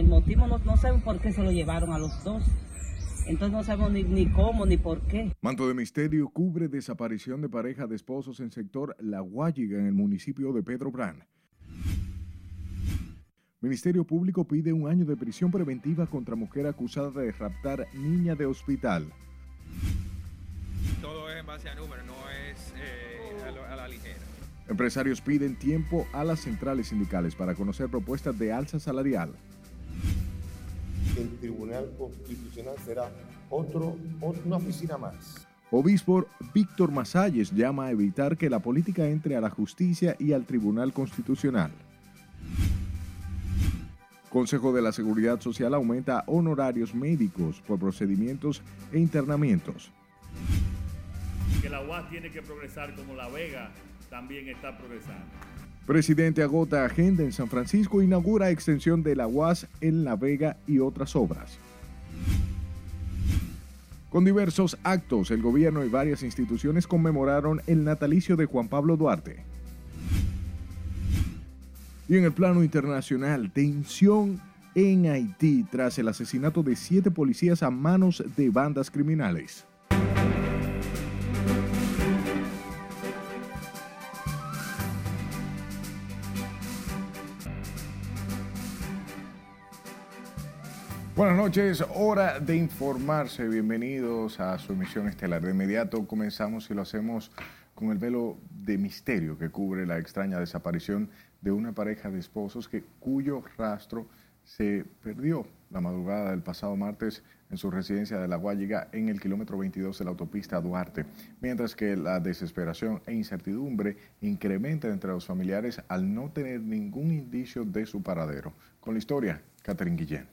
El motivo no saben por qué se lo llevaron a los dos. Entonces no sabemos ni cómo ni por qué. Manto de misterio cubre desaparición de pareja de esposos en sector La Guayiga, en el municipio de Pedro Brán. Ministerio Público pide 1 año de prisión preventiva contra mujer acusada de raptar niña de hospital. Todo es en base a números, no es a la ligera. Empresarios piden tiempo a las centrales sindicales para conocer propuestas de alza salarial. El Tribunal Constitucional será una oficina más. Obispo Víctor Masalles llama a evitar que la política entre a la justicia y al Tribunal Constitucional. Consejo de la Seguridad Social aumenta honorarios médicos por procedimientos e internamientos. Que la UAS tiene que progresar como La Vega también está progresando. Presidente agota agenda en San Francisco, inaugura extensión de la UAS en La Vega y otras obras. Con diversos actos, el gobierno y varias instituciones conmemoraron el natalicio de Juan Pablo Duarte. Y en el plano internacional, tensión en Haití tras el asesinato de 7 policías a manos de bandas criminales. Buenas noches, hora de informarse. Bienvenidos a su emisión estelar. De inmediato comenzamos y lo hacemos con el velo de misterio que cubre la extraña desaparición de una pareja de esposos cuyo rastro se perdió la madrugada del pasado martes en su residencia de La Guayiga en el kilómetro 22 de la autopista Duarte, mientras que la desesperación e incertidumbre incrementan entre los familiares al no tener ningún indicio de su paradero. Con la historia, Catherine Guillén.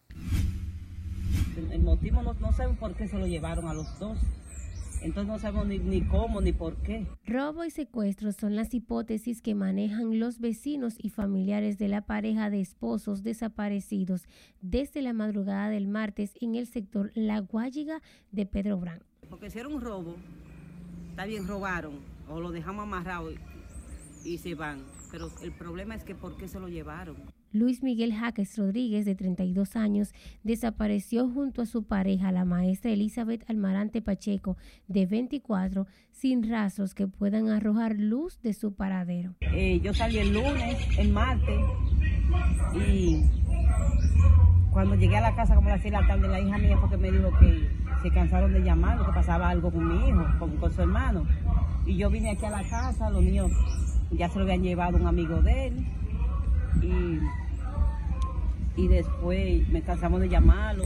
El motivo no saben por qué se lo llevaron a los dos. Entonces no sabemos ni cómo ni por qué. Robo y secuestro son las hipótesis que manejan los vecinos y familiares de la pareja de esposos desaparecidos desde la madrugada del martes en el sector La Guayiga de Pedro Brán. Porque si era un robo, está bien, robaron o lo dejamos amarrado y se van. Pero el problema es que ¿por qué se lo llevaron? Luis Miguel Jaques Rodríguez, de 32 años, desapareció junto a su pareja, la maestra Elizabeth Almarante Pacheco, de 24, sin rastros que puedan arrojar luz de su paradero. Yo salí el lunes, el martes, y cuando llegué a la casa, como a las 6 de la tarde, la hija mía fue que me dijo que se cansaron de llamarlo, que pasaba algo con mi hijo, con su hermano. Y yo vine aquí a la casa, los niños ya se lo habían llevado un amigo de él. Y después me cansamos de llamarlo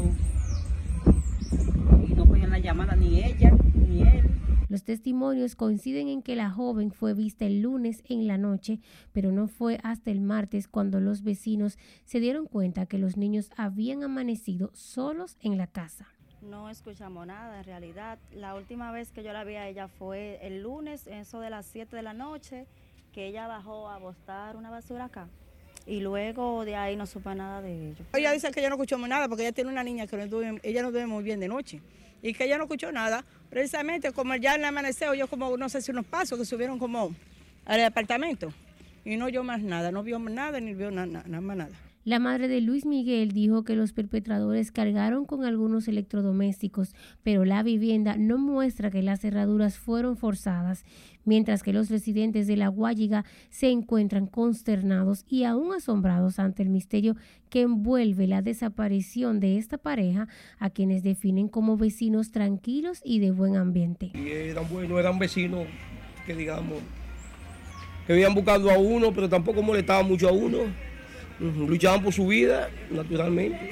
y no cogían la llamada ni ella ni él. Los testimonios coinciden en que la joven fue vista el lunes en la noche, pero no fue hasta el martes cuando los vecinos se dieron cuenta que los niños habían amanecido solos en la casa. No escuchamos nada en realidad. La última vez que yo la vi a ella fue el lunes, eso de las 7 de la noche, que ella bajó a botar una basura acá. Y luego de ahí no supe nada de ellos. Ella dice que ella no escuchó ella porque ella tiene una niña que ella no duerme muy bien de noche y que ella no escuchó nada. Precisamente como ya en el amanecer oyó como, no sé si unos pasos que subieron como al apartamento y no oyó más nada, no vio nada ni vio nada más nada. La madre de Luis Miguel dijo que los perpetradores cargaron con algunos electrodomésticos, pero la vivienda no muestra que las cerraduras fueron forzadas, mientras que los residentes de La Guayiga se encuentran consternados y aún asombrados ante el misterio que envuelve la desaparición de esta pareja, a quienes definen como vecinos tranquilos y de buen ambiente. Y eran buenos, eran vecinos que digamos, que iban buscando a uno, pero tampoco molestaban mucho a uno. Luchaban por su vida, naturalmente.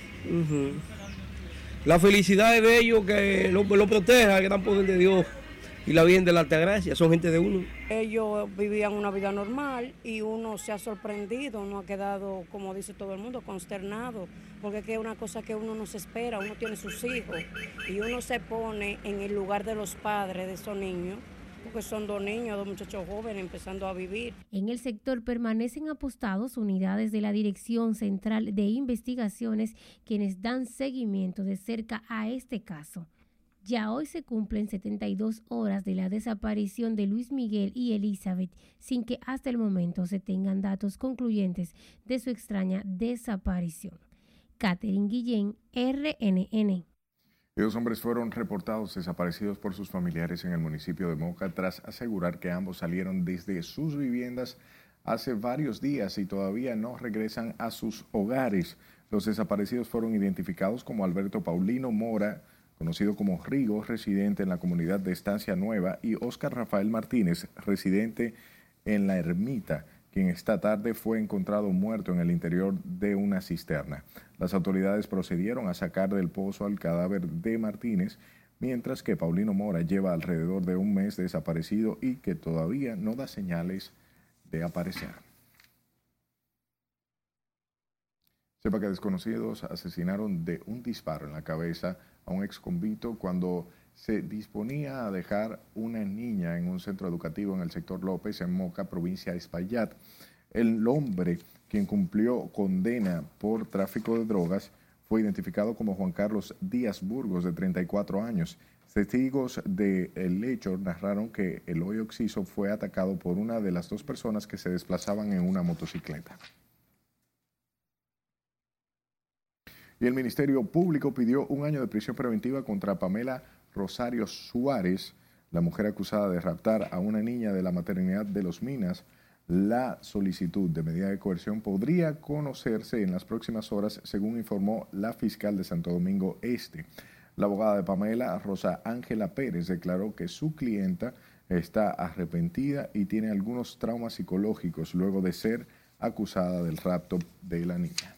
La felicidad es de ellos, que lo proteja el gran poder de Dios y la Virgen de la Altagracia, son gente de uno. Ellos vivían una vida normal y uno se ha sorprendido, uno ha quedado, como dice todo el mundo, consternado, porque es una cosa que uno no se espera, uno tiene sus hijos y uno se pone en el lugar de los padres de esos niños, porque son dos niños, dos muchachos jóvenes empezando a vivir. En el sector permanecen apostados unidades de la Dirección Central de Investigaciones, quienes dan seguimiento de cerca a este caso. Ya hoy se cumplen 72 horas de la desaparición de Luis Miguel y Elizabeth, sin que hasta el momento se tengan datos concluyentes de su extraña desaparición. Catherine Guillén, RNN. Y 2 hombres fueron reportados desaparecidos por sus familiares en el municipio de Moca tras asegurar que ambos salieron desde sus viviendas hace varios días y todavía no regresan a sus hogares. Los desaparecidos fueron identificados como Alberto Paulino Mora, conocido como Rigo, residente en la comunidad de Estancia Nueva, y Óscar Rafael Martínez, residente en La Ermita, quien esta tarde fue encontrado muerto en el interior de una cisterna. Las autoridades procedieron a sacar del pozo al cadáver de Martínez, mientras que Paulino Mora lleva alrededor de un mes desaparecido y que todavía no da señales de aparecer. Sepa que desconocidos asesinaron de un disparo en la cabeza a un exconvicto cuando se disponía a dejar una niña en un centro educativo en el sector López, en Moca, provincia de Espaillat. El hombre, quien cumplió condena por tráfico de drogas, fue identificado como Juan Carlos Díaz Burgos, de 34 años. Testigos del hecho narraron que el hoy occiso fue atacado por una de las 2 personas que se desplazaban en una motocicleta. Y el Ministerio Público pidió 1 año de prisión preventiva contra Pamela Rosario Suárez, la mujer acusada de raptar a una niña de la maternidad de Los Minas. La solicitud de medida de coerción podría conocerse en las próximas horas, según informó la fiscal de Santo Domingo Este. La abogada de Pamela, Rosa Ángela Pérez, declaró que su clienta está arrepentida y tiene algunos traumas psicológicos luego de ser acusada del rapto de la niña.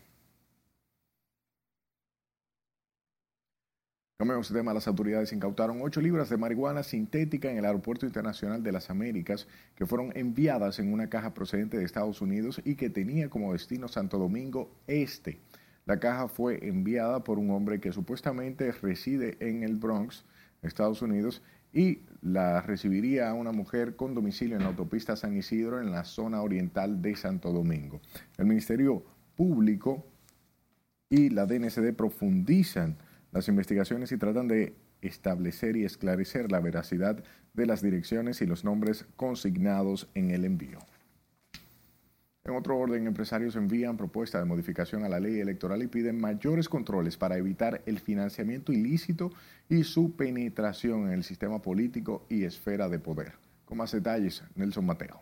Cambiamos de tema. Las autoridades incautaron 8 libras de marihuana sintética en el Aeropuerto Internacional de las Américas, que fueron enviadas en una caja procedente de Estados Unidos y que tenía como destino Santo Domingo Este. La caja fue enviada por un hombre que supuestamente reside en el Bronx, Estados Unidos, y la recibiría a una mujer con domicilio en la autopista San Isidro, en la zona oriental de Santo Domingo. El Ministerio Público y la DNCD profundizan las investigaciones y tratan de establecer y esclarecer la veracidad de las direcciones y los nombres consignados en el envío. En otro orden, empresarios envían propuesta de modificación a la ley electoral y piden mayores controles para evitar el financiamiento ilícito y su penetración en el sistema político y esfera de poder. Con más detalles, Nelson Mateo.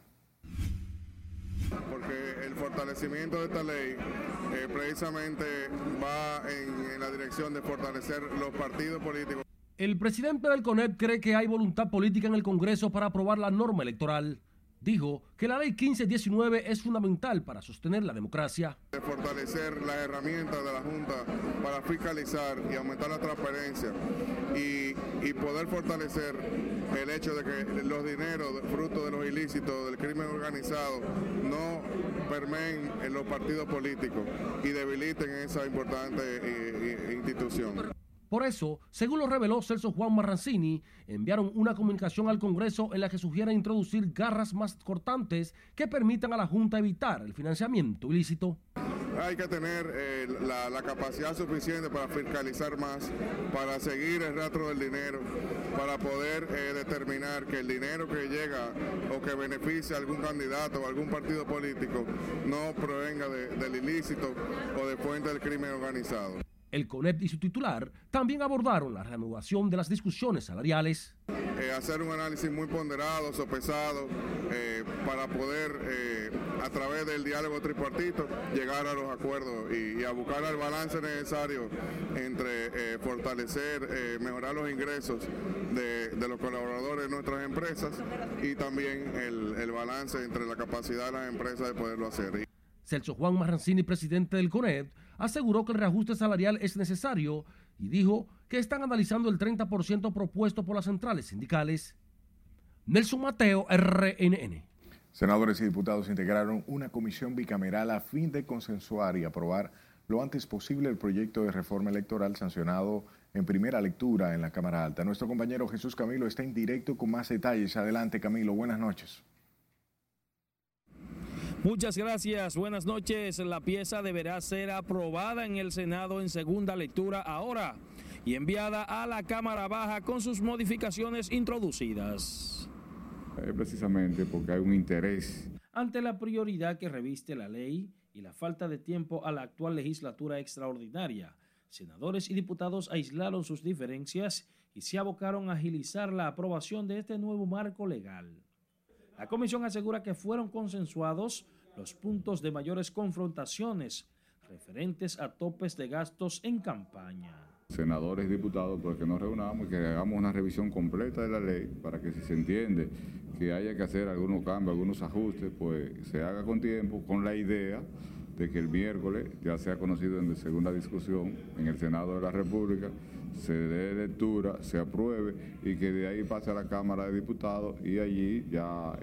Porque el fortalecimiento de esta ley precisamente va en la dirección de fortalecer los partidos políticos. El presidente del CONEP cree que hay voluntad política en el Congreso para aprobar la norma electoral. Dijo que la ley 1519 es fundamental para sostener la democracia. De fortalecer las herramientas de la Junta para fiscalizar y aumentar la transparencia y poder fortalecer el hecho de que los dineros fruto de los ilícitos del crimen organizado no permeen en los partidos políticos y debiliten esa importante institución. Por eso, según lo reveló Celso Juan Marrancini, enviaron una comunicación al Congreso en la que sugieren introducir garras más cortantes que permitan a la Junta evitar el financiamiento ilícito. Hay que tener la capacidad suficiente para fiscalizar más, para seguir el rastro del dinero, para poder determinar que el dinero que llega o que beneficia a algún candidato o algún partido político no provenga del ilícito o de fuente del crimen organizado. El CONEP y su titular también abordaron la reanudación de las discusiones salariales. Hacer un análisis muy ponderado, sopesado, para poder, a través del diálogo tripartito, llegar a los acuerdos y a buscar el balance necesario entre fortalecer, mejorar los ingresos de los colaboradores de nuestras empresas y también el balance entre la capacidad de las empresas de poderlo hacer. Celso Juan Marrancini, presidente del CONEP, aseguró que el reajuste salarial es necesario y dijo que están analizando el 30% propuesto por las centrales sindicales. Nelson Mateo, RNN. Senadores y diputados integraron una comisión bicameral a fin de consensuar y aprobar lo antes posible el proyecto de reforma electoral sancionado en primera lectura en la Cámara Alta. Nuestro compañero Jesús Camilo está en directo con más detalles. Adelante, Camilo, buenas noches. Muchas gracias, buenas noches. La pieza deberá ser aprobada en el Senado en segunda lectura ahora y enviada a la Cámara Baja con sus modificaciones introducidas. Precisamente porque hay un interés. Ante la prioridad que reviste la ley y la falta de tiempo a la actual legislatura extraordinaria, senadores y diputados aislaron sus diferencias y se abocaron a agilizar la aprobación de este nuevo marco legal. La comisión asegura que fueron consensuados los puntos de mayores confrontaciones referentes a topes de gastos en campaña. Senadores y diputados, pues que nos reunamos y que hagamos una revisión completa de la ley para que si se entiende que haya que hacer algunos cambios, algunos ajustes, pues se haga con tiempo, con la idea de que el miércoles ya sea conocido en segunda discusión en el Senado de la República, se dé lectura, se apruebe y que de ahí pase a la Cámara de Diputados y allí ya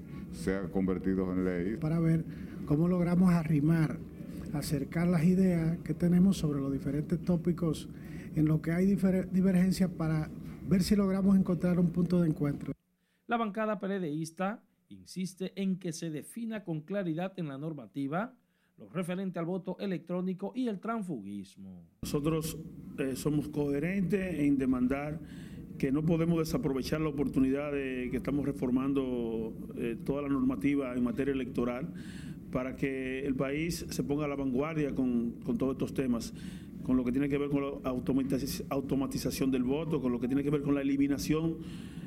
sea convertido en ley. Para ver cómo logramos arrimar, acercar las ideas que tenemos sobre los diferentes tópicos en lo que hay divergencia para ver si logramos encontrar un punto de encuentro. La bancada PLDista insiste en que se defina con claridad en la normativa lo referente al voto electrónico y el transfugismo. Nosotros somos coherentes en demandar que no podemos desaprovechar la oportunidad de que estamos reformando toda la normativa en materia electoral para que el país se ponga a la vanguardia con todos estos temas, con lo que tiene que ver con la automatización del voto, con lo que tiene que ver con la eliminación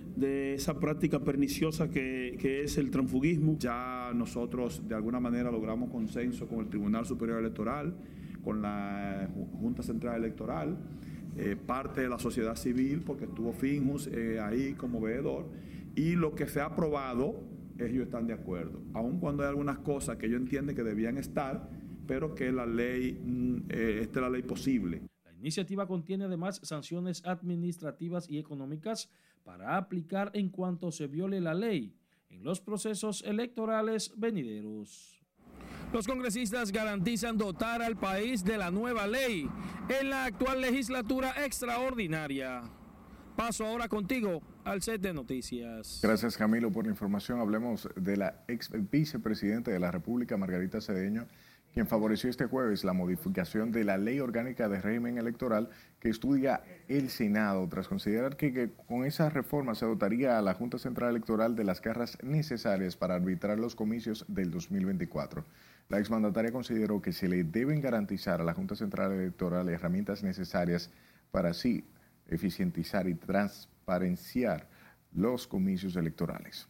de esa práctica perniciosa que es el transfugismo. Ya nosotros de alguna manera logramos consenso con el Tribunal Superior Electoral, con la Junta Central Electoral, parte de la sociedad civil, porque estuvo Finjus ahí como veedor, y lo que se ha aprobado, ellos están de acuerdo, aun cuando hay algunas cosas que ellos entienden que debían estar, pero que la ley, esta es la ley posible. La iniciativa contiene además sanciones administrativas y económicas para aplicar en cuanto se viole la ley en los procesos electorales venideros. Los congresistas garantizan dotar al país de la nueva ley en la actual legislatura extraordinaria. Paso ahora contigo al set de noticias. Gracias, Camilo, por la información. Hablemos de la ex vicepresidenta de la República, Margarita Cedeño, quien favoreció este jueves la modificación de la Ley Orgánica de Régimen Electoral que estudia el Senado, tras considerar que con esa reforma se dotaría a la Junta Central Electoral de las garras necesarias para arbitrar los comicios del 2024. La exmandataria consideró que se le deben garantizar a la Junta Central Electoral herramientas necesarias para así eficientizar y transparenciar los comicios electorales.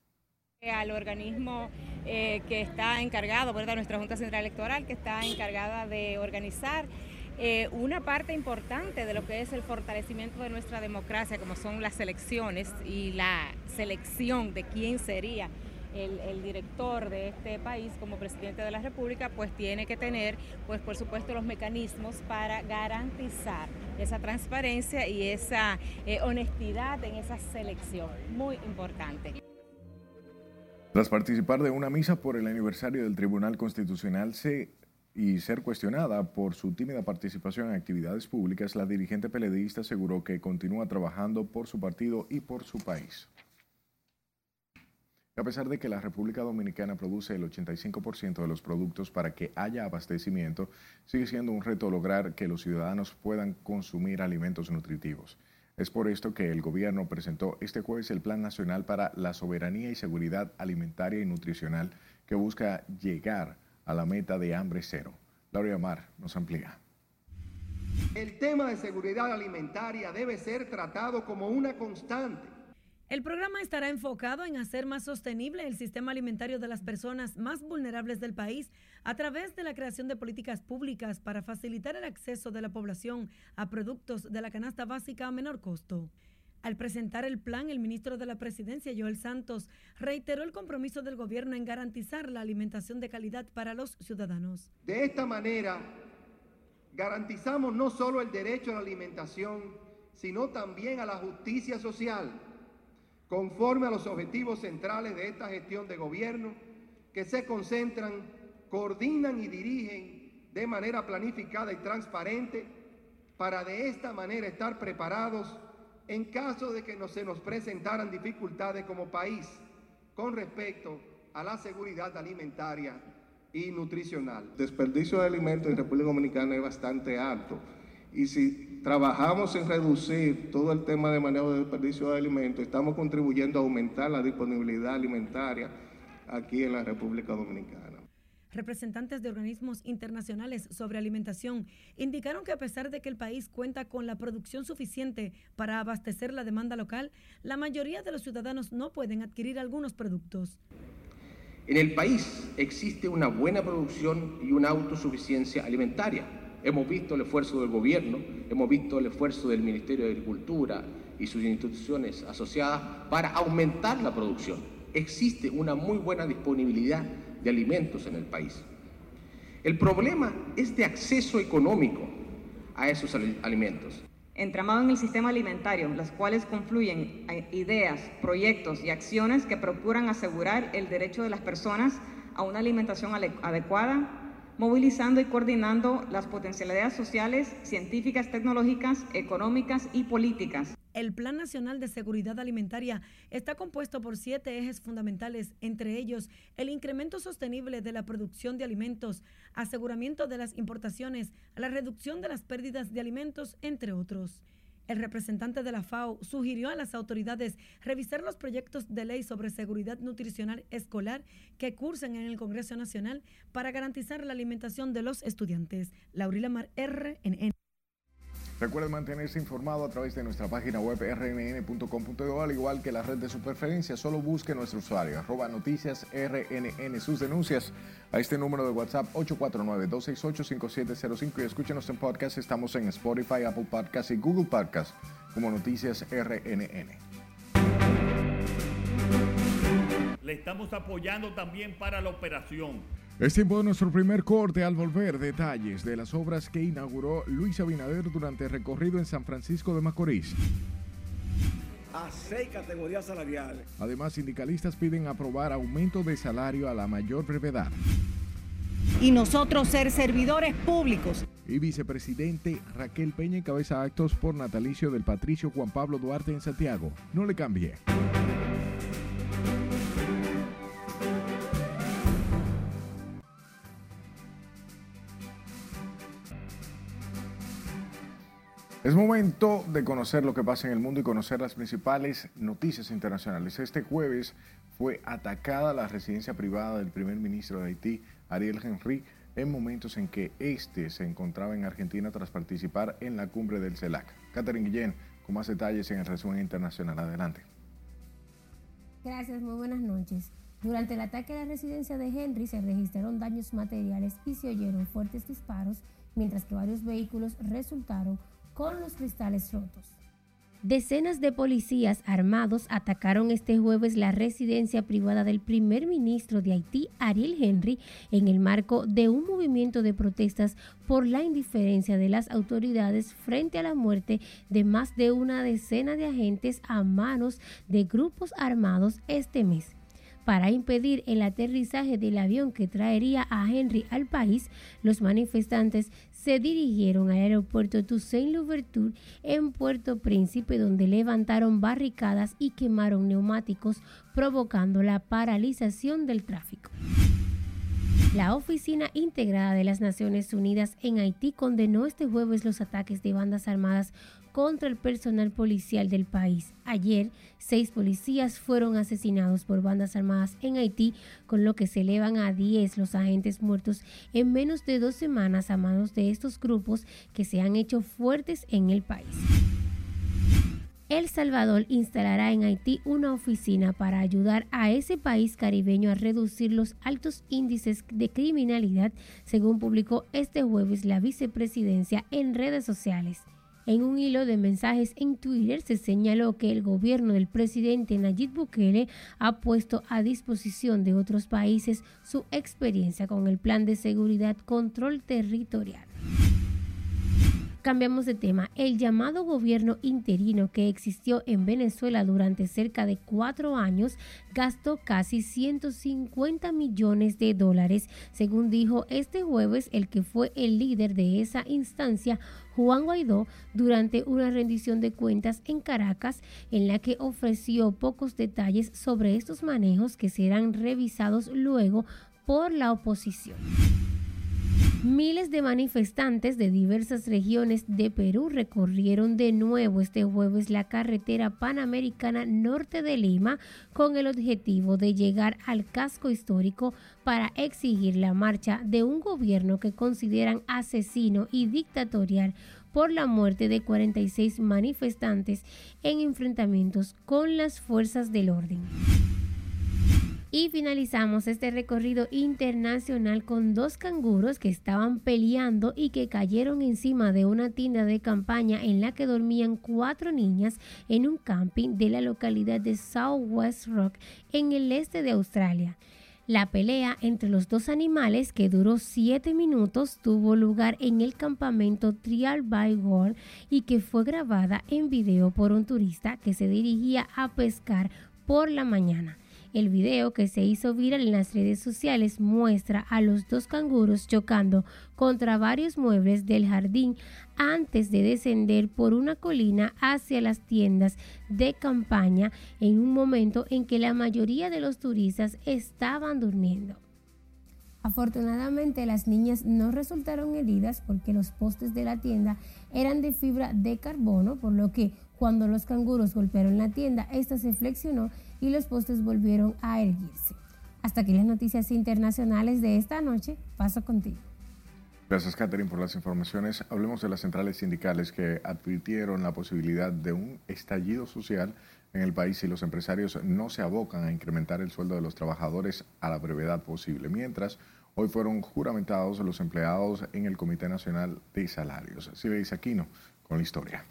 Al organismo que está encargado, ¿verdad? Nuestra Junta Central Electoral, que está encargada de organizar una parte importante de lo que es el fortalecimiento de nuestra democracia, como son las elecciones y la selección de quién sería el director de este país como presidente de la República, pues tiene que tener, pues por supuesto, los mecanismos para garantizar esa transparencia y esa honestidad en esa selección, muy importante. Tras participar de una misa por el aniversario del Tribunal Constitucional y ser cuestionada por su tímida participación en actividades públicas, la dirigente PLDista aseguró que continúa trabajando por su partido y por su país. A pesar de que la República Dominicana produce el 85% de los productos para que haya abastecimiento, sigue siendo un reto lograr que los ciudadanos puedan consumir alimentos nutritivos. Es por esto que el gobierno presentó este jueves el Plan Nacional para la Soberanía y Seguridad Alimentaria y Nutricional, que busca llegar a la meta de hambre cero. Laura Amar nos amplía. El tema de seguridad alimentaria debe ser tratado como una constante. El programa estará enfocado en hacer más sostenible el sistema alimentario de las personas más vulnerables del país a través de la creación de políticas públicas para facilitar el acceso de la población a productos de la canasta básica a menor costo. Al presentar el plan, el ministro de la Presidencia, Joel Santos, reiteró el compromiso del gobierno en garantizar la alimentación de calidad para los ciudadanos. De esta manera, garantizamos no solo el derecho a la alimentación, sino también a la justicia social, conforme a los objetivos centrales de esta gestión de gobierno, que se concentran, coordinan y dirigen de manera planificada y transparente para de esta manera estar preparados en caso de que se nos presentaran dificultades como país con respecto a la seguridad alimentaria y nutricional. El desperdicio de alimentos en República Dominicana es bastante alto. Y si trabajamos en reducir todo el tema de manejo de desperdicio de alimentos, estamos contribuyendo a aumentar la disponibilidad alimentaria aquí en la República Dominicana. Representantes de organismos internacionales sobre alimentación indicaron que a pesar de que el país cuenta con la producción suficiente para abastecer la demanda local, la mayoría de los ciudadanos no pueden adquirir algunos productos. En el país existe una buena producción y una autosuficiencia alimentaria. Hemos visto el esfuerzo del gobierno, hemos visto el esfuerzo del Ministerio de Agricultura y sus instituciones asociadas para aumentar la producción. Existe una muy buena disponibilidad de alimentos en el país. El problema es de acceso económico a esos alimentos. Entramado en el sistema alimentario, las cuales confluyen ideas, proyectos y acciones que procuran asegurar el derecho de las personas a una alimentación adecuada, movilizando y coordinando las potencialidades sociales, científicas, tecnológicas, económicas y políticas. El Plan Nacional de Seguridad Alimentaria está compuesto por 7 ejes fundamentales, entre ellos el incremento sostenible de la producción de alimentos, aseguramiento de las importaciones, la reducción de las pérdidas de alimentos, entre otros. El representante de la FAO sugirió a las autoridades revisar los proyectos de ley sobre seguridad nutricional escolar que cursan en el Congreso Nacional para garantizar la alimentación de los estudiantes. Laurila Mar, RNN. Recuerda mantenerse informado a través de nuestra página web rnn.com.do, al igual que la red de su preferencia. Solo busque nuestro usuario, @noticiasrnn. Sus denuncias a este número de WhatsApp 849-268-5705 y escúchenos en podcast. Estamos en Spotify, Apple Podcasts y Google Podcasts como Noticias RNN. Le estamos apoyando también para la operación. Es tiempo de nuestro primer corte. Al volver, detalles de las obras que inauguró Luis Abinader durante el recorrido en San Francisco de Macorís. A 6 categorías salariales. Además, sindicalistas piden aprobar aumento de salario a la mayor brevedad. Y nosotros ser servidores públicos. Y vicepresidente Raquel Peña encabeza actos por natalicio del patricio Juan Pablo Duarte en Santiago. No le cambie. Es momento de conocer lo que pasa en el mundo y conocer las principales noticias internacionales. Este jueves fue atacada la residencia privada del primer ministro de Haití, Ariel Henry, en momentos en que éste se encontraba en Argentina tras participar en la cumbre del CELAC. Catherine Guillén, con más detalles en el resumen internacional. Adelante. Gracias, muy buenas noches. Durante el ataque a la residencia de Henry se registraron daños materiales y se oyeron fuertes disparos, mientras que varios vehículos resultaron con los cristales rotos. Decenas de policías armados atacaron este jueves la residencia privada del primer ministro de Haití, Ariel Henry, en el marco de un movimiento de protestas por la indiferencia de las autoridades frente a la muerte de más de una decena de agentes a manos de grupos armados este mes. Para impedir el aterrizaje del avión que traería a Henry al país, los manifestantes se dirigieron al aeropuerto Toussaint-Louverture en Puerto Príncipe, donde levantaron barricadas y quemaron neumáticos, provocando la paralización del tráfico. La Oficina Integrada de las Naciones Unidas en Haití condenó este jueves los ataques de bandas armadas contra el personal policial del país. Ayer, 6 policías fueron asesinados por bandas armadas en Haití, con lo que se elevan a 10 los agentes muertos en menos de 2 semanas a manos de estos grupos que se han hecho fuertes en el país. El Salvador instalará en Haití una oficina para ayudar a ese país caribeño a reducir los altos índices de criminalidad, según publicó este jueves la vicepresidencia en redes sociales. En un hilo de mensajes en Twitter se señaló que el gobierno del presidente Nayib Bukele ha puesto a disposición de otros países su experiencia con el Plan de Seguridad Control Territorial. Cambiamos de tema. El llamado gobierno interino que existió en Venezuela durante cerca de 4 años gastó casi 150 millones de dólares, según dijo este jueves el que fue el líder de esa instancia, Juan Guaidó, durante una rendición de cuentas en Caracas, en la que ofreció pocos detalles sobre estos manejos que serán revisados luego por la oposición. Miles de manifestantes de diversas regiones de Perú recorrieron de nuevo este jueves la carretera panamericana norte de Lima con el objetivo de llegar al casco histórico para exigir la marcha de un gobierno que consideran asesino y dictatorial por la muerte de 46 manifestantes en enfrentamientos con las fuerzas del orden. Y finalizamos este recorrido internacional con 2 canguros que estaban peleando y que cayeron encima de una tienda de campaña en la que dormían 4 niñas en un camping de la localidad de South West Rock en el este de Australia. La pelea entre los 2 animales, que duró 7 minutos, tuvo lugar en el campamento Trial by World y que fue grabada en video por un turista que se dirigía a pescar por la mañana. El video, que se hizo viral en las redes sociales, muestra a los 2 canguros chocando contra varios muebles del jardín antes de descender por una colina hacia las tiendas de campaña en un momento en que la mayoría de los turistas estaban durmiendo. Afortunadamente, las niñas no resultaron heridas porque los postes de la tienda eran de fibra de carbono, por lo que cuando los canguros golpearon la tienda, esta se flexionó y los postes volvieron a erguirse. Hasta aquí las noticias internacionales de esta noche. Paso contigo. Gracias, Catherine, por las informaciones. Hablemos de las centrales sindicales que advirtieron la posibilidad de un estallido social en el país si los empresarios no se abocan a incrementar el sueldo de los trabajadores a la brevedad posible. Mientras, hoy fueron juramentados los empleados en el Comité Nacional de Salarios. Silvia Aquino con la historia.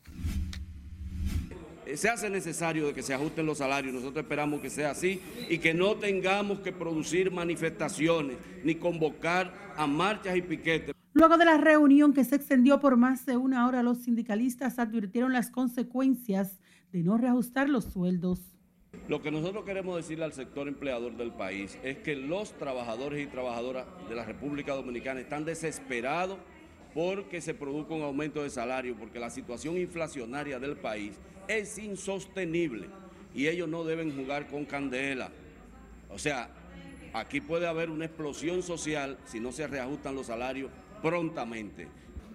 Se hace necesario de que se ajusten los salarios. Nosotros esperamos que sea así y que no tengamos que producir manifestaciones ni convocar a marchas y piquetes. Luego de la reunión que se extendió por más de 1 hora, los sindicalistas advirtieron las consecuencias de no reajustar los sueldos. Lo que nosotros queremos decirle al sector empleador del país es que los trabajadores y trabajadoras de la República Dominicana están desesperados porque se produzca un aumento de salario, porque la situación inflacionaria del país es insostenible y ellos no deben jugar con candela. O sea, aquí puede haber una explosión social si no se reajustan los salarios prontamente.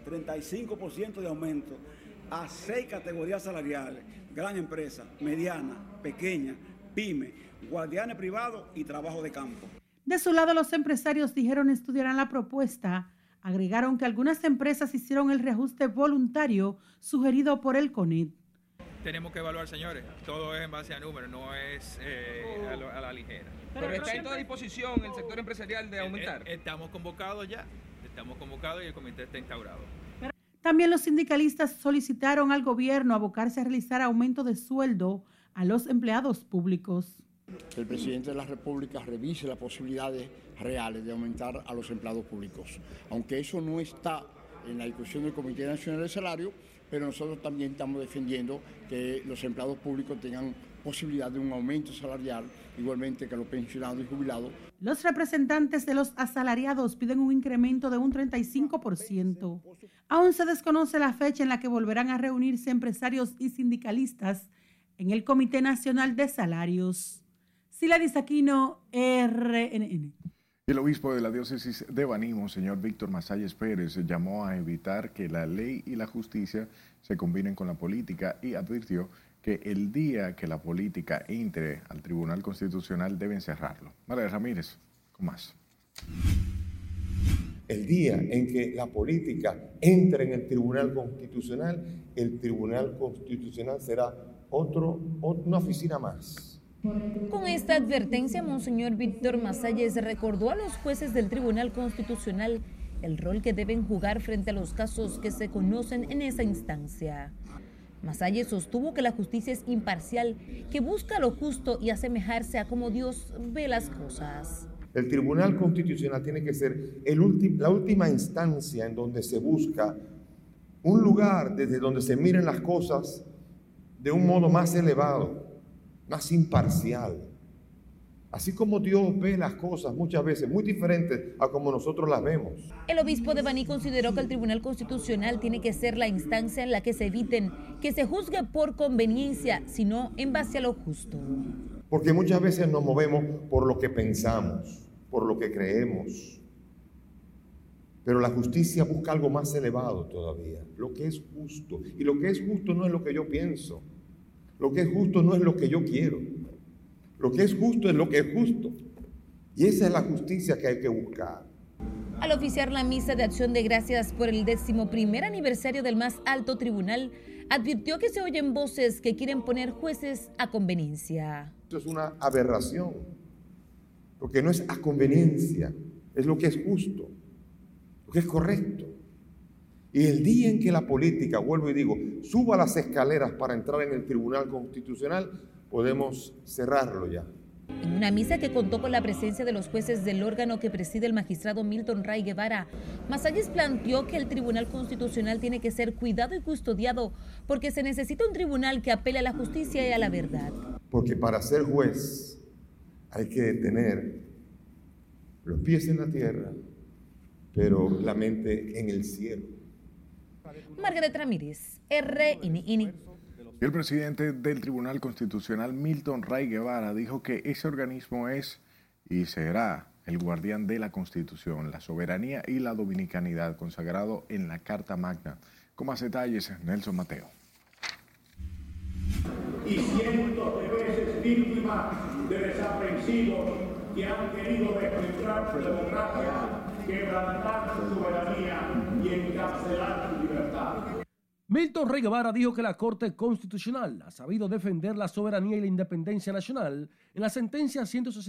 35% de aumento a 6 categorías salariales: gran empresa, mediana, pequeña, pyme, guardianes privados y trabajo de campo. De su lado, los empresarios dijeron estudiarán la propuesta. Agregaron que algunas empresas hicieron el reajuste voluntario sugerido por el CONED. Tenemos que evaluar, señores. Todo es en base a números, no es a la ligera. Pero está en toda disposición el sector empresarial de aumentar. Estamos convocados ya. Estamos convocados y el comité está instaurado. También los sindicalistas solicitaron al gobierno abocarse a realizar aumento de sueldo a los empleados públicos. Que el presidente de la República revise las posibilidades reales de aumentar a los empleados públicos. Aunque eso no está en la discusión del Comité Nacional de Salario, pero nosotros también estamos defendiendo que los empleados públicos tengan posibilidad de un aumento salarial, igualmente que los pensionados y jubilados. Los representantes de los asalariados piden un incremento de un 35%. Aún se desconoce la fecha en la que volverán a reunirse empresarios y sindicalistas en el Comité Nacional de Salarios. Silvia Aquino, RNN. El obispo de la diócesis de Baní, Monseñor Víctor Masalles Pérez, llamó a evitar que la ley y la justicia se combinen con la política y advirtió que el día que la política entre al Tribunal Constitucional deben cerrarlo. María Ramírez, con más. El día en que la política entre en el Tribunal Constitucional será una oficina más. Con esta advertencia, Monseñor Víctor Masalles recordó a los jueces del Tribunal Constitucional el rol que deben jugar frente a los casos que se conocen en esa instancia. Masalles sostuvo que la justicia es imparcial, que busca lo justo y asemejarse a cómo Dios ve las cosas. El Tribunal Constitucional tiene que ser la última instancia en donde se busca un lugar desde donde se miren las cosas de un modo más elevado, más imparcial. Así como Dios ve las cosas muchas veces muy diferentes a como nosotros las vemos. El obispo de Baní consideró que el Tribunal Constitucional tiene que ser la instancia en la que se eviten que se juzgue por conveniencia, sino en base a lo justo. Porque muchas veces nos movemos por lo que pensamos, por lo que creemos. Pero la justicia busca algo más elevado todavía, lo que es justo. Y lo que es justo no es lo que yo pienso. Lo que es justo no es lo que yo quiero. Lo que es justo es lo que es justo. Y esa es la justicia que hay que buscar. Al oficiar la misa de acción de gracias por el 11º aniversario del más alto tribunal, advirtió que se oyen voces que quieren poner jueces a conveniencia. Esto es una aberración, porque no es a conveniencia, es lo que es justo, lo que es correcto. Y el día en que la política, vuelvo y digo, suba las escaleras para entrar en el Tribunal Constitucional, podemos cerrarlo ya. En una misa que contó con la presencia de los jueces del órgano que preside el magistrado Milton Ray Guevara, Masalles planteó que el Tribunal Constitucional tiene que ser cuidado y custodiado porque se necesita un tribunal que apele a la justicia y a la verdad. Porque para ser juez hay que tener los pies en la tierra, pero la mente en el cielo. Margaret Ramírez, RNN. El presidente del Tribunal Constitucional, Milton Ray Guevara, dijo que ese organismo es y será el guardián de la Constitución, la soberanía y la dominicanidad, consagrado en la Carta Magna. Con más detalles, Nelson Mateo. Y cientos de veces víctimas de desaprensivos que han querido desmembrar su democracia, quebrantar su soberanía y encarcelar su libertad. Milton Ray Guevara dijo que la Corte Constitucional ha sabido defender la soberanía y la independencia nacional en la sentencia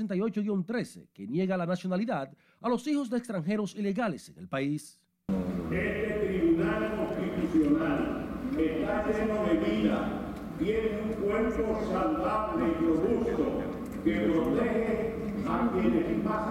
168-13, que niega la nacionalidad a los hijos de extranjeros ilegales en el país. Este Tribunal Constitucional está lleno de vida, tiene un cuerpo saludable y robusto que protege a quienes más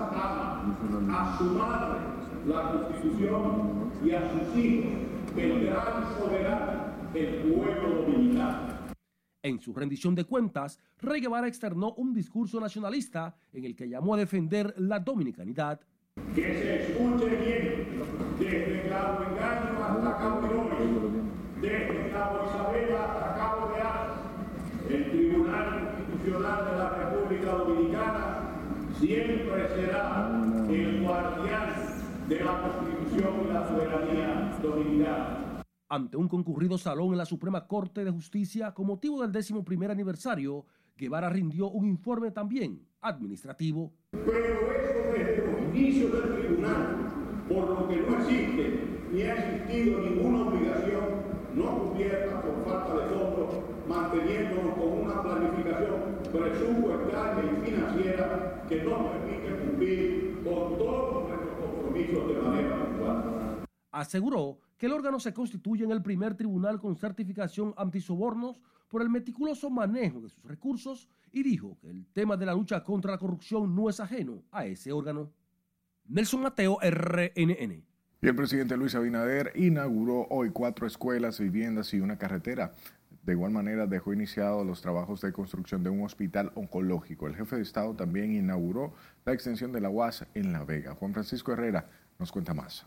aman, a su madre, la Constitución, y a sus hijos, el gran soberano, el pueblo dominicano. En su rendición de cuentas, Ray Guevara externó un discurso nacionalista en el que llamó a defender la dominicanidad. Que se escuche bien, desde Cabo Engaño hasta Cabo Irónico, desde Cabo Isabela hasta Cabo de Asa, el Tribunal Constitucional de la República Dominicana siempre será el guardián de la Constitución y la soberanía dominicana. Ante un concurrido salón en la Suprema Corte de Justicia con motivo del 11º aniversario, Guevara rindió un informe también administrativo. Pero eso desde los inicios del tribunal, por lo que no existe ni ha existido ninguna obligación no cubierta por falta de fondos, manteniéndonos con una planificación presupuestaria y financiera que nos permite cumplir con todos nuestros compromisos de manera puntual. Aseguró que el órgano se constituye en el primer tribunal con certificación antisobornos por el meticuloso manejo de sus recursos y dijo que el tema de la lucha contra la corrupción no es ajeno a ese órgano. Nelson Mateo, RNN. Y el presidente Luis Abinader inauguró hoy 4 escuelas, viviendas y una carretera. De igual manera dejó iniciados los trabajos de construcción de un hospital oncológico. El jefe de Estado también inauguró la extensión de la UAS en La Vega. Juan Francisco Herrera nos cuenta más.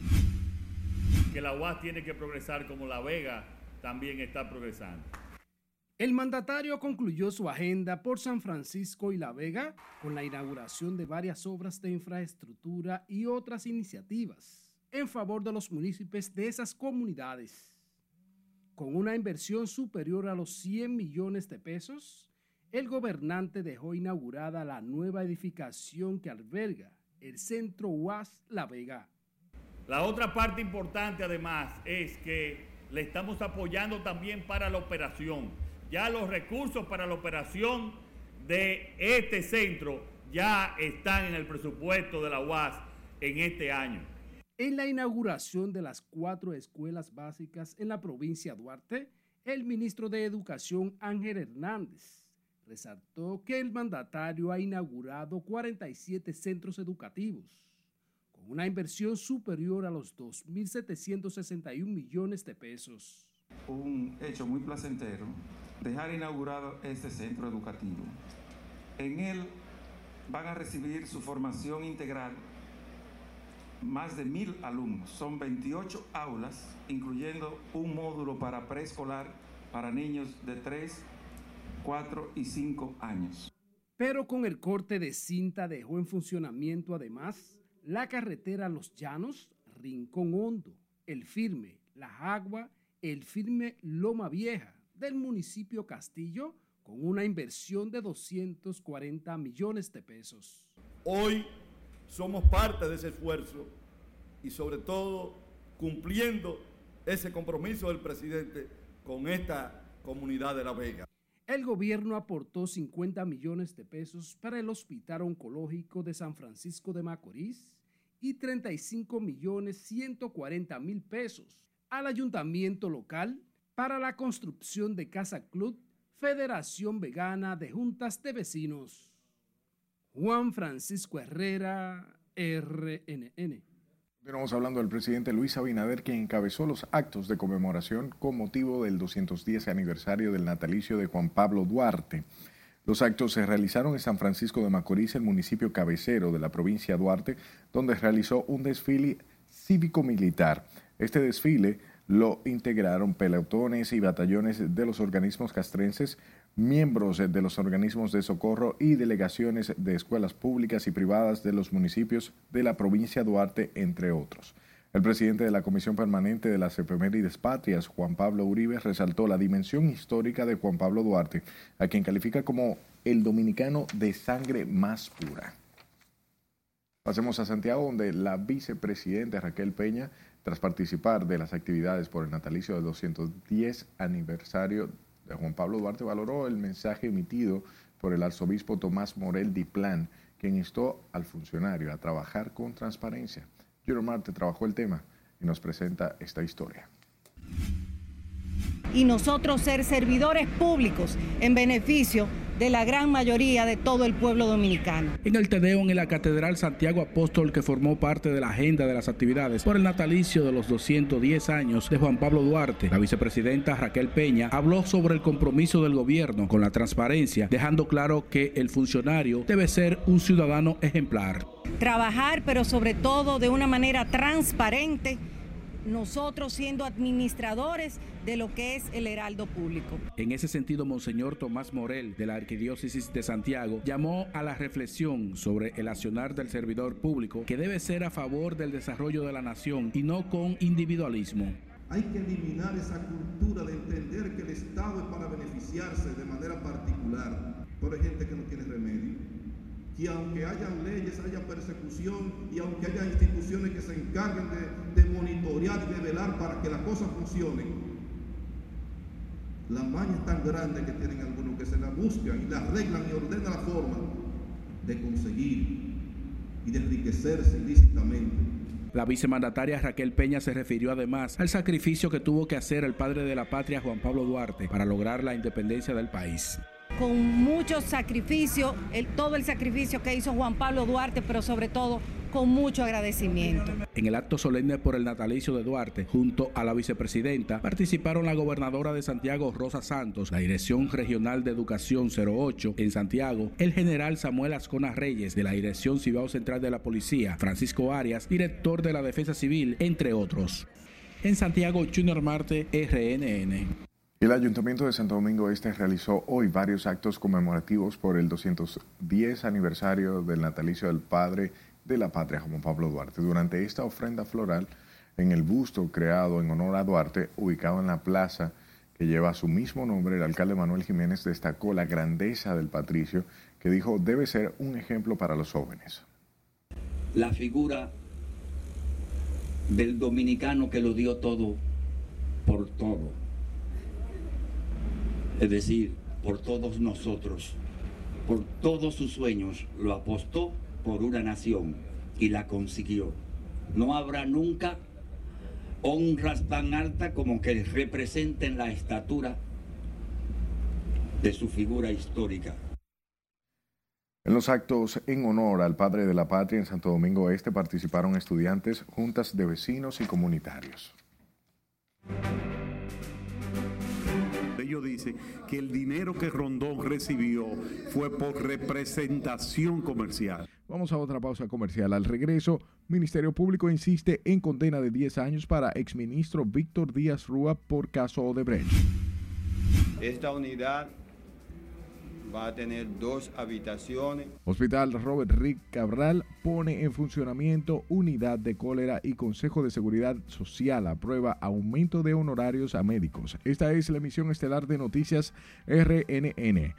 Que la UAS tiene que progresar como La Vega también está progresando. El mandatario concluyó su agenda por San Francisco y La Vega con la inauguración de varias obras de infraestructura y otras iniciativas en favor de los municipios de esas comunidades. Con una inversión superior a los 100 millones de pesos, el gobernante dejó inaugurada la nueva edificación que alberga el Centro UAS La Vega. La otra parte importante además es que le estamos apoyando también para la operación. Ya los recursos para la operación de este centro ya están en el presupuesto de la UAS en este año. En la inauguración de las 4 escuelas básicas en la provincia de Duarte, el ministro de Educación Ángel Hernández resaltó que el mandatario ha inaugurado 47 centros educativos con una inversión superior a los 2.761 millones de pesos. Un hecho muy placentero dejar inaugurado este centro educativo. En él van a recibir su formación integral más de 1.000 alumnos. Son 28 aulas, incluyendo un módulo para preescolar para niños de 3, 4 y 5 años. Pero con el corte de cinta dejó en funcionamiento además la carretera Los Llanos, Rincón Hondo, El Firme, La Jagua, El Firme Loma Vieja del municipio Castillo, con una inversión de 240 millones de pesos. Hoy somos parte de ese esfuerzo y sobre todo cumpliendo ese compromiso del presidente con esta comunidad de La Vega. El gobierno aportó 50 millones de pesos para el Hospital Oncológico de San Francisco de Macorís y 35.140.000 pesos al ayuntamiento local para la construcción de Casa Club Federación Vegana de Juntas de Vecinos. Juan Francisco Herrera, RNN. Estamos hablando del presidente Luis Abinader, quien encabezó los actos de conmemoración con motivo del 210 aniversario del natalicio de Juan Pablo Duarte. Los actos se realizaron en San Francisco de Macorís, el municipio cabecero de la provincia de Duarte, donde realizó un desfile cívico-militar. Este desfile lo integraron pelotones y batallones de los organismos castrenses, miembros de los organismos de socorro y delegaciones de escuelas públicas y privadas de los municipios de la provincia de Duarte, entre otros. El presidente de la Comisión Permanente de las Efemérides Patrias, Juan Pablo Uribe, resaltó la dimensión histórica de Juan Pablo Duarte, a quien califica como el dominicano de sangre más pura. Pasemos a Santiago, donde la vicepresidenta Raquel Peña, tras participar de las actividades por el natalicio del 210 aniversario de Juan Pablo Duarte, valoró el mensaje emitido por el arzobispo Tomás Morel Diplán, quien instó al funcionario a trabajar con transparencia. Junior Marte trabajó el tema y nos presenta esta historia. Y nosotros ser servidores públicos en beneficio de la gran mayoría de todo el pueblo dominicano. En el Tedeum en la Catedral Santiago Apóstol, que formó parte de la agenda de las actividades por el natalicio de los 210 años de Juan Pablo Duarte, la vicepresidenta Raquel Peña habló sobre el compromiso del gobierno con la transparencia, dejando claro que el funcionario debe ser un ciudadano ejemplar. Trabajar, pero sobre todo de una manera transparente, nosotros siendo administradores de lo que es el heraldo público. En ese sentido, Monseñor Tomás Morel, de la Arquidiócesis de Santiago, llamó a la reflexión sobre el accionar del servidor público, que debe ser a favor del desarrollo de la nación y no con individualismo. Hay que eliminar esa cultura de entender que el Estado es para beneficiarse de manera particular, pero hay gente que no tiene remedio. Y aunque hayan leyes, haya persecución, y aunque haya instituciones que se encarguen de monitorear y de velar para que las cosas funcionen, la maña es tan grande que tienen algunos que se la buscan y la arreglan y ordenan la forma de conseguir y de enriquecerse ilícitamente. La vicemandataria Raquel Peña se refirió además al sacrificio que tuvo que hacer el padre de la patria, Juan Pablo Duarte, para lograr la independencia del país. Con mucho sacrificio, todo el sacrificio que hizo Juan Pablo Duarte, pero sobre todo con mucho agradecimiento. En el acto solemne por el natalicio de Duarte, junto a la vicepresidenta, participaron la gobernadora de Santiago, Rosa Santos, la Dirección Regional de Educación 08 en Santiago, el general Samuel Ascona Reyes, de la Dirección Cibao Central de la Policía, Francisco Arias, director de la Defensa Civil, entre otros. En Santiago, Junior Marte, RNN. El Ayuntamiento de Santo Domingo Este realizó hoy varios actos conmemorativos por el 210 aniversario del natalicio del padre de la patria, Juan Pablo Duarte. Durante esta ofrenda floral, en el busto creado en honor a Duarte, ubicado en la plaza que lleva su mismo nombre, el alcalde Manuel Jiménez destacó la grandeza del patricio, que dijo debe ser un ejemplo para los jóvenes. La figura del dominicano que lo dio todo por todo. Es decir, por todos nosotros, por todos sus sueños, lo apostó por una nación y la consiguió. No habrá nunca honras tan altas como que representen la estatura de su figura histórica. En los actos en honor al padre de la patria en Santo Domingo Este participaron estudiantes, juntas de vecinos y comunitarios. Ellos dicen que el dinero que Rondón recibió fue por representación comercial. Vamos a otra pausa comercial. Al regreso, Ministerio Público insiste en condena de 10 años para exministro Víctor Díaz Rúa por caso Odebrecht. Esta unidad va a tener 2 habitaciones. Hospital Robert Rick Cabral pone en funcionamiento unidad de cólera y Consejo de Seguridad Social aprueba aumento de honorarios a médicos. Esta es la emisión estelar de Noticias RNN.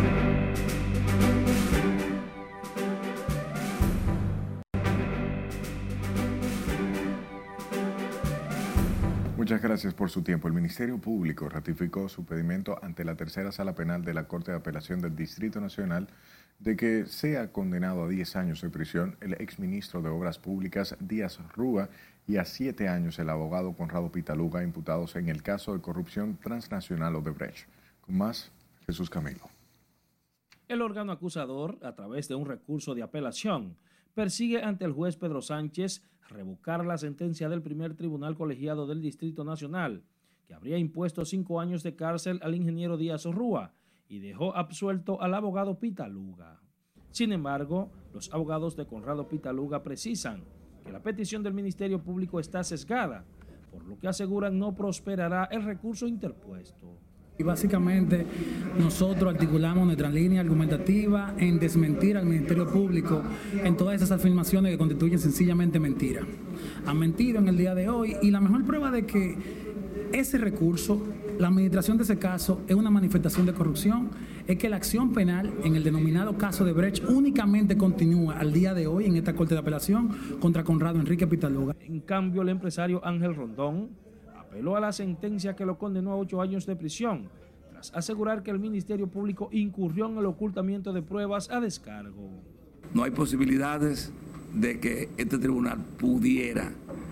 Muchas gracias por su tiempo. El Ministerio Público ratificó su pedimento ante la tercera sala penal de la Corte de Apelación del Distrito Nacional de que sea condenado a 10 años de prisión el exministro de Obras Públicas Díaz Rúa y a 7 años el abogado Conrado Pitaluga, imputados en el caso de corrupción transnacional Odebrecht. Con más, Jesús Camilo. El órgano acusador, a través de un recurso de apelación, persigue ante el juez Pedro Sánchez revocar la sentencia del primer tribunal colegiado del Distrito Nacional, que habría impuesto 5 años de cárcel al ingeniero Díaz Rúa y dejó absuelto al abogado Pitaluga. Sin embargo, los abogados de Conrado Pitaluga precisan que la petición del Ministerio Público está sesgada, por lo que aseguran no prosperará el recurso interpuesto. Y básicamente nosotros articulamos nuestra línea argumentativa en desmentir al Ministerio Público en todas esas afirmaciones que constituyen sencillamente mentiras. Han mentido en el día de hoy y la mejor prueba de que ese recurso, la administración de ese caso es una manifestación de corrupción, es que la acción penal en el denominado caso de Brecht únicamente continúa al día de hoy en esta Corte de Apelación contra Conrado Enrique Pitaluga. En cambio, el empresario Ángel Rondón apeló a la sentencia que lo condenó a 8 años de prisión, tras asegurar que el Ministerio Público incurrió en el ocultamiento de pruebas a descargo. No hay posibilidades de que este tribunal pudiera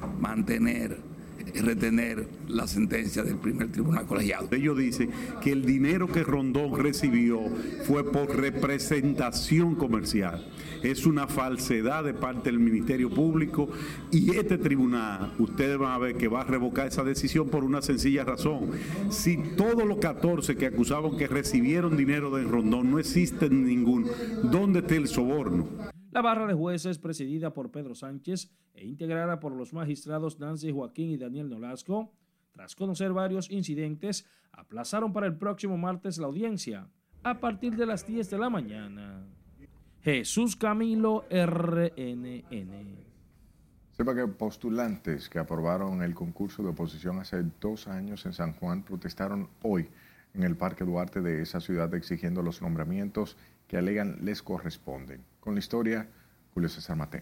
retener la sentencia del primer tribunal colegiado. Ellos dicen que el dinero que Rondón recibió fue por representación comercial. Es una falsedad de parte del Ministerio Público y este tribunal, ustedes van a ver que va a revocar esa decisión por una sencilla razón. Si todos los 14 que acusaban que recibieron dinero de Rondón no existen ninguno, ¿dónde está el soborno? La barra de jueces, presidida por Pedro Sánchez e integrada por los magistrados Nancy Joaquín y Daniel Nolasco, tras conocer varios incidentes, aplazaron para el próximo martes la audiencia, a partir de las 10 de la mañana. Jesús Camilo, RNN. Sepa que postulantes que aprobaron el concurso de oposición hace 2 años en San Juan protestaron hoy en el Parque Duarte de esa ciudad exigiendo los nombramientos que alegan les corresponden. Con la historia, Julio César Mateo.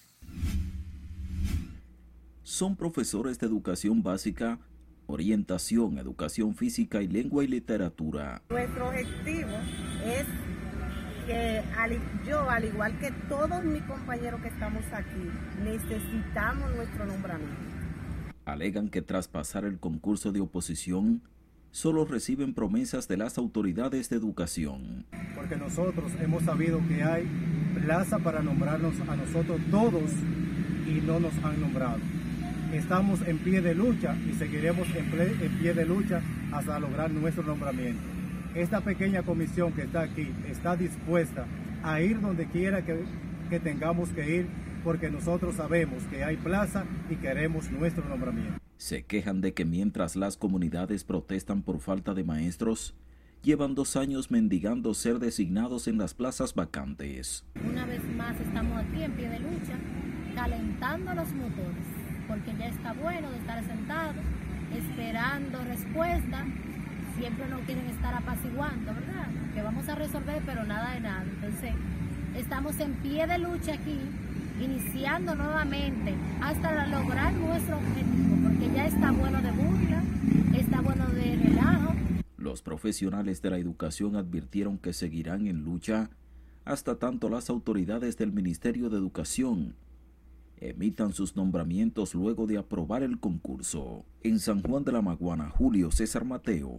Son profesores de educación básica, orientación, educación física y lengua y literatura. Nuestro objetivo es que yo, al igual que todos mis compañeros que estamos aquí, necesitamos nuestro nombramiento. Alegan que tras pasar el concurso de oposición, solo reciben promesas de las autoridades de educación. Porque nosotros hemos sabido que hay plaza para nombrarnos a nosotros todos y no nos han nombrado. Estamos en pie de lucha y seguiremos en pie de lucha hasta lograr nuestro nombramiento. Esta pequeña comisión que está aquí está dispuesta a ir donde quiera que tengamos que ir, porque nosotros sabemos que hay plaza y queremos nuestro nombramiento. Se quejan de que mientras las comunidades protestan por falta de maestros, llevan 2 años mendigando ser designados en las plazas vacantes. Una vez más estamos aquí en pie de lucha, calentando los motores, porque ya está bueno de estar sentados, esperando respuesta. Siempre no quieren estar apaciguando, ¿verdad? Que vamos a resolver, pero nada de nada. Entonces, estamos en pie de lucha aquí, iniciando nuevamente hasta lograr nuestro objetivo, porque ya está bueno de burla, está bueno de relajo. Los profesionales de la educación advirtieron que seguirán en lucha hasta tanto las autoridades del Ministerio de Educación emitan sus nombramientos luego de aprobar el concurso. En San Juan de la Maguana, Julio César Mateo,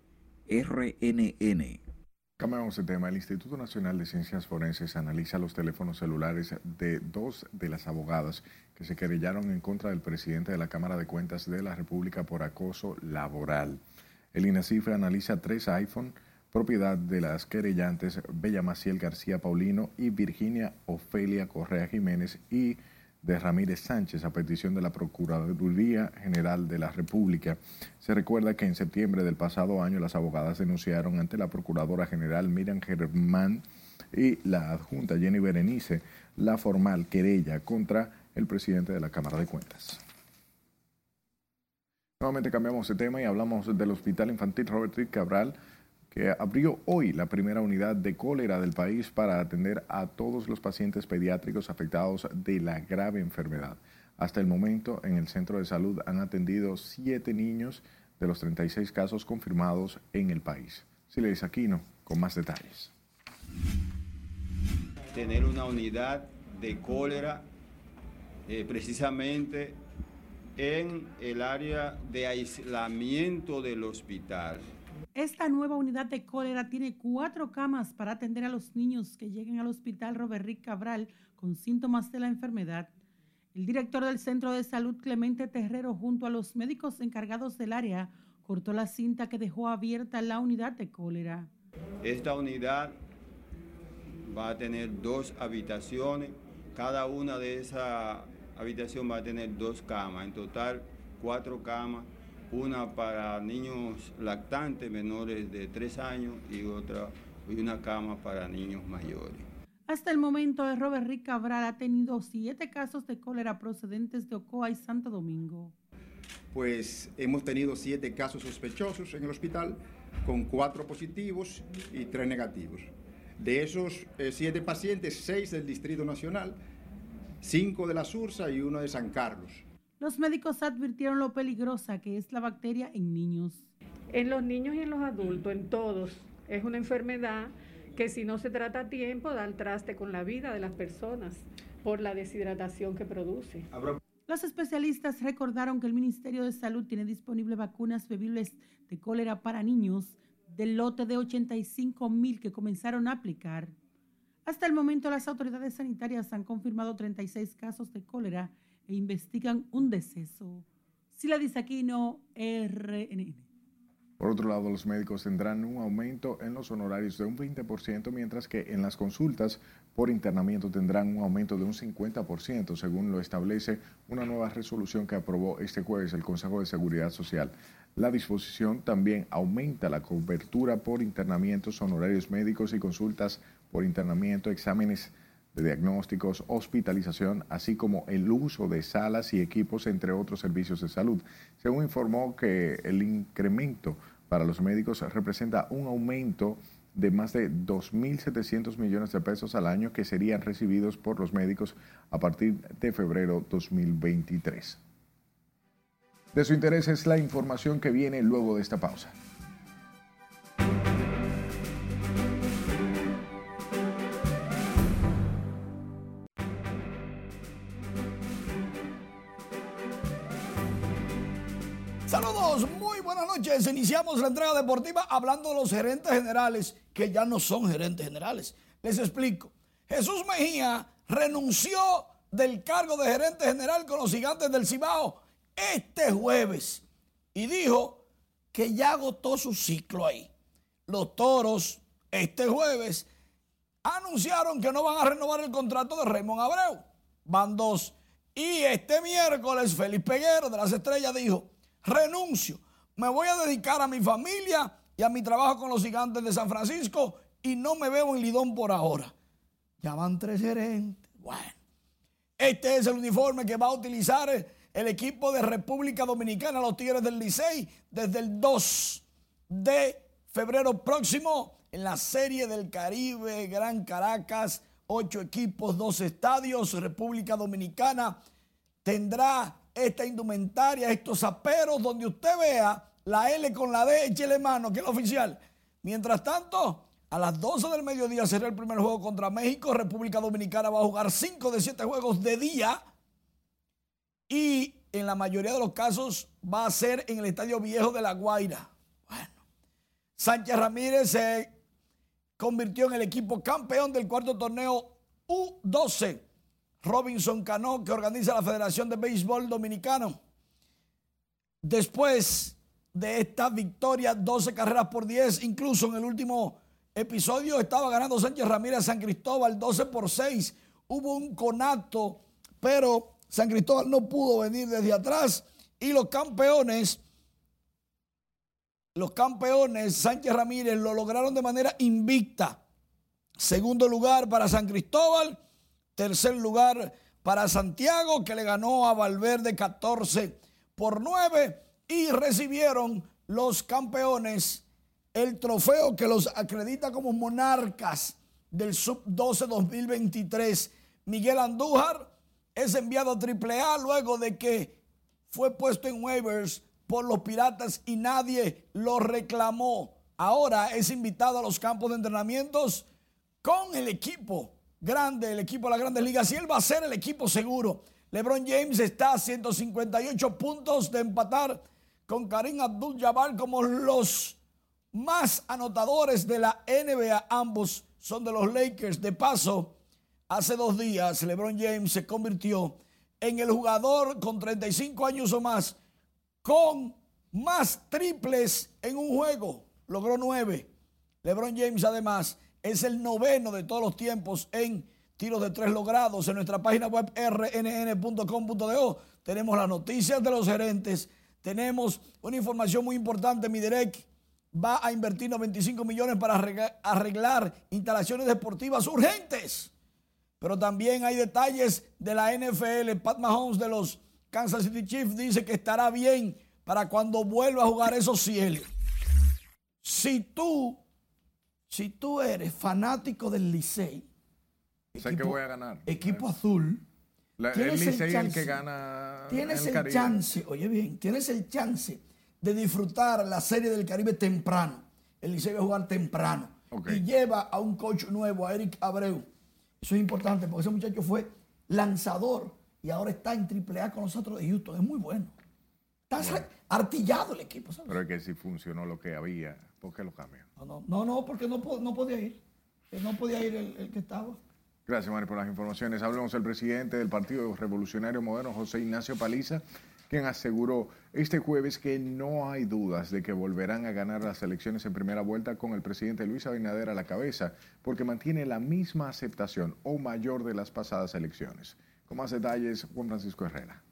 RNN. Cambiamos de tema. El Instituto Nacional de Ciencias Forenses analiza los teléfonos celulares de 2 de las abogadas que se querellaron en contra del presidente de la Cámara de Cuentas de la República por acoso laboral. El INACIF analiza 3 iPhone, propiedad de las querellantes Bella Maciel García Paulino y Virginia Ofelia Correa Jiménez, y de Ramírez Sánchez a petición de la Procuraduría General de la República. Se recuerda que en septiembre del pasado año las abogadas denunciaron ante la Procuradora General Miriam Germán y la adjunta Jenny Berenice la formal querella contra el presidente de la Cámara de Cuentas. Nuevamente cambiamos de tema y hablamos del Hospital Infantil Robert Reed Cabral, que abrió hoy la primera unidad de cólera del país para atender a todos los pacientes pediátricos afectados de la grave enfermedad. Hasta el momento, en el centro de salud han atendido 7 niños de los 36 casos confirmados en el país. Siles Aquino, con más detalles. Tener una unidad de cólera precisamente en el área de aislamiento del hospital. Esta nueva unidad de cólera tiene 4 camas para atender a los niños que lleguen al Hospital Robert Reed Cabral con síntomas de la enfermedad. El director del Centro de Salud, Clemente Terrero, junto a los médicos encargados del área, cortó la cinta que dejó abierta la unidad de cólera. Esta unidad va a tener 2 habitaciones, cada una de esas habitaciones va a tener 2 camas, en total 4 camas, una para niños lactantes menores de 3 años y una cama para niños mayores. Hasta el momento, el Robert Reed Cabral ha tenido 7 casos de cólera procedentes de Ocoa y Santo Domingo. Pues hemos tenido 7 casos sospechosos en el hospital, con 4 positivos y 3 negativos. De esos 7 pacientes, 6 del Distrito Nacional, 5 de la Sursa y 1 de San Carlos. Los médicos advirtieron lo peligrosa que es la bacteria en niños. En los niños y en los adultos, en todos, es una enfermedad que si no se trata a tiempo da al traste con la vida de las personas por la deshidratación que produce. Los especialistas recordaron que el Ministerio de Salud tiene disponible vacunas bebibles de cólera para niños del lote de 85,000 que comenzaron a aplicar. Hasta el momento, las autoridades sanitarias han confirmado 36 casos de cólera e investigan un deceso. Siladis Aquino, RNN. Por otro lado, los médicos tendrán un aumento en los honorarios de un 20%, mientras que en las consultas por internamiento tendrán un aumento de un 50%, según lo establece una nueva resolución que aprobó este jueves el Consejo de Seguridad Social. La disposición también aumenta la cobertura por internamientos, honorarios médicos y consultas por internamiento, exámenes de diagnósticos, hospitalización, así como el uso de salas y equipos, entre otros servicios de salud. Según informó que el incremento para los médicos representa un aumento de más de 2.700 millones de pesos al año que serían recibidos por los médicos a partir de febrero 2023. De su interés es la información que viene luego de esta pausa. Saludos, muy buenas noches. Iniciamos la entrega deportiva hablando de los gerentes generales que ya no son gerentes generales. Les explico. Jesús Mejía renunció del cargo de gerente general con los Gigantes del Cibao este jueves y dijo que ya agotó su ciclo ahí. Los Toros este jueves anunciaron que no van a renovar el contrato de Raymond Abreu. Van 2. Y este miércoles Félix Peguero de las Estrellas dijo: renuncio, me voy a dedicar a mi familia y a mi trabajo con los Gigantes de San Francisco y no me veo en Lidón por ahora. Ya van 3 gerentes. Bueno, este es el uniforme que va a utilizar el equipo de República Dominicana, los Tigres del Licey, desde el 2 de febrero próximo en la Serie del Caribe, Gran Caracas, 8 equipos, 2 estadios. República Dominicana tendrá esta indumentaria, estos zaperos, donde usted vea la L con la D, échele mano, que es la oficial. Mientras tanto, a las 12 del mediodía será el primer juego contra México. República Dominicana va a jugar 5 de 7 juegos de día y en la mayoría de los casos va a ser en el Estadio Viejo de La Guaira. Bueno, Sánchez Ramírez se convirtió en el equipo campeón del cuarto torneo U12. Robinson Cano, que organiza la Federación de Béisbol Dominicano. Después de esta victoria, 12 carreras por 10, incluso en el último episodio estaba ganando Sánchez Ramírez a San Cristóbal 12-6. Hubo un conato, pero San Cristóbal no pudo venir desde atrás y los campeones Sánchez Ramírez lo lograron de manera invicta. Segundo lugar para San Cristóbal, tercer lugar para Santiago, que le ganó a Valverde 14-9 y recibieron los campeones el trofeo que los acredita como monarcas del Sub-12 2023. Miguel Andújar es enviado a AAA luego de que fue puesto en waivers por los Piratas y nadie lo reclamó. Ahora es invitado a los campos de entrenamientos con el equipo grande, el equipo de las Grandes Ligas, y él va a ser el equipo seguro. LeBron James está a 158 puntos de empatar con Kareem Abdul-Jabbar como los más anotadores de la NBA. Ambos son de los Lakers. De paso, hace 2 días LeBron James se convirtió en el jugador con 35 años o más con más triples en un juego. Logró 9. LeBron James además es el 9º de todos los tiempos en tiros de 3 logrados. En nuestra página web rnn.com.do tenemos las noticias de los gerentes. Tenemos una información muy importante. Midirect va a invertir 95 millones para arreglar instalaciones deportivas urgentes. Pero también hay detalles de la NFL. Pat Mahomes de los Kansas City Chiefs dice que estará bien para cuando vuelva a jugar esos cielos. Si tú eres fanático del Licey, sé que voy a ganar. Equipo azul, el Licey es el que gana. Tienes el chance, oye bien, tienes el chance de disfrutar la Serie del Caribe temprano. El Licey va a jugar temprano. Okay. Y lleva a un coach nuevo, a Eric Abreu. Eso es importante porque ese muchacho fue lanzador y ahora está en AAA con nosotros de Houston. Es muy bueno. Está artillado el equipo, ¿sabes? Pero es que si funcionó lo que había, ¿por qué lo cambian? No, porque no podía ir. No podía ir el que estaba. Gracias, Mari, por las informaciones. Hablemos del presidente del Partido Revolucionario Moderno, José Ignacio Paliza, quien aseguró este jueves que no hay dudas de que volverán a ganar las elecciones en primera vuelta con el presidente Luis Abinader a la cabeza, porque mantiene la misma aceptación o mayor de las pasadas elecciones. Con más detalles, Juan Francisco Herrera.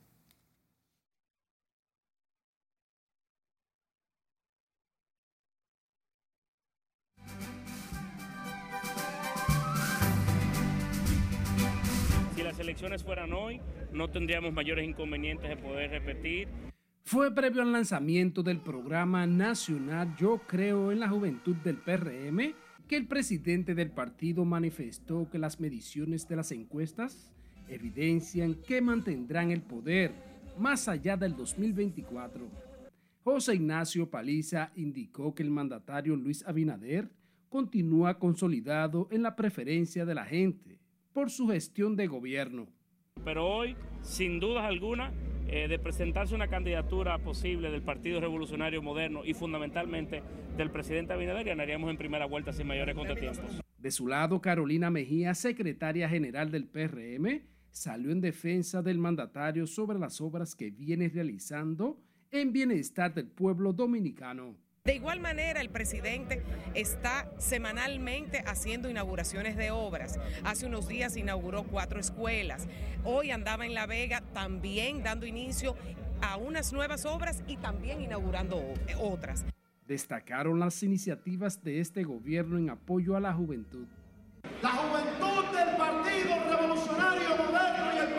Si las elecciones fueran hoy, no tendríamos mayores inconvenientes de poder repetir. Fue previo al lanzamiento del programa nacional Yo Creo en la Juventud del PRM que el presidente del partido manifestó que las mediciones de las encuestas evidencian que mantendrán el poder más allá del 2024. José Ignacio Paliza indicó que el mandatario Luis Abinader continúa consolidado en la preferencia de la gente por su gestión de gobierno. Pero hoy, sin dudas alguna, de presentarse una candidatura posible del Partido Revolucionario Moderno y fundamentalmente del presidente Abinader, ganaríamos en primera vuelta sin mayores contratiempos. De su lado, Carolina Mejía, secretaria general del PRM, salió en defensa del mandatario sobre las obras que viene realizando en bienestar del pueblo dominicano. De igual manera, el presidente está semanalmente haciendo inauguraciones de obras. Hace unos días inauguró 4 escuelas. Hoy andaba en La Vega también dando inicio a unas nuevas obras y también inaugurando otras. Destacaron las iniciativas de este gobierno en apoyo a la juventud. La juventud del Partido Revolucionario Moderno y el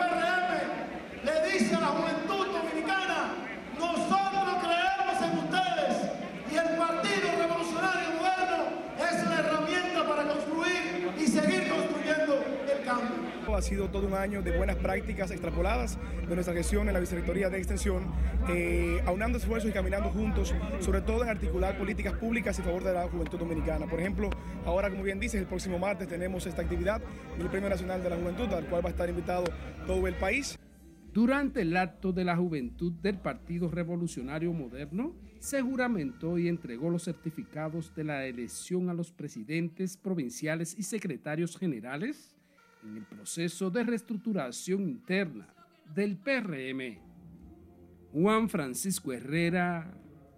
PRM le dice a la juventud dominicana: nosotros creemos en ustedes. Y el Partido Revolucionario Moderno es la herramienta para construir y seguir construyendo el cambio. Ha sido todo un año de buenas prácticas extrapoladas de nuestra gestión en la Vicerrectoría de Extensión, aunando esfuerzos y caminando juntos, sobre todo en articular políticas públicas en favor de la juventud dominicana. Por ejemplo, ahora, como bien dices, el próximo martes tenemos esta actividad del Premio Nacional de la Juventud, al cual va a estar invitado todo el país. Durante el acto de la juventud del Partido Revolucionario Moderno, se juramentó y entregó los certificados de la elección a los presidentes provinciales y secretarios generales en el proceso de reestructuración interna del PRM. Juan Francisco Herrera,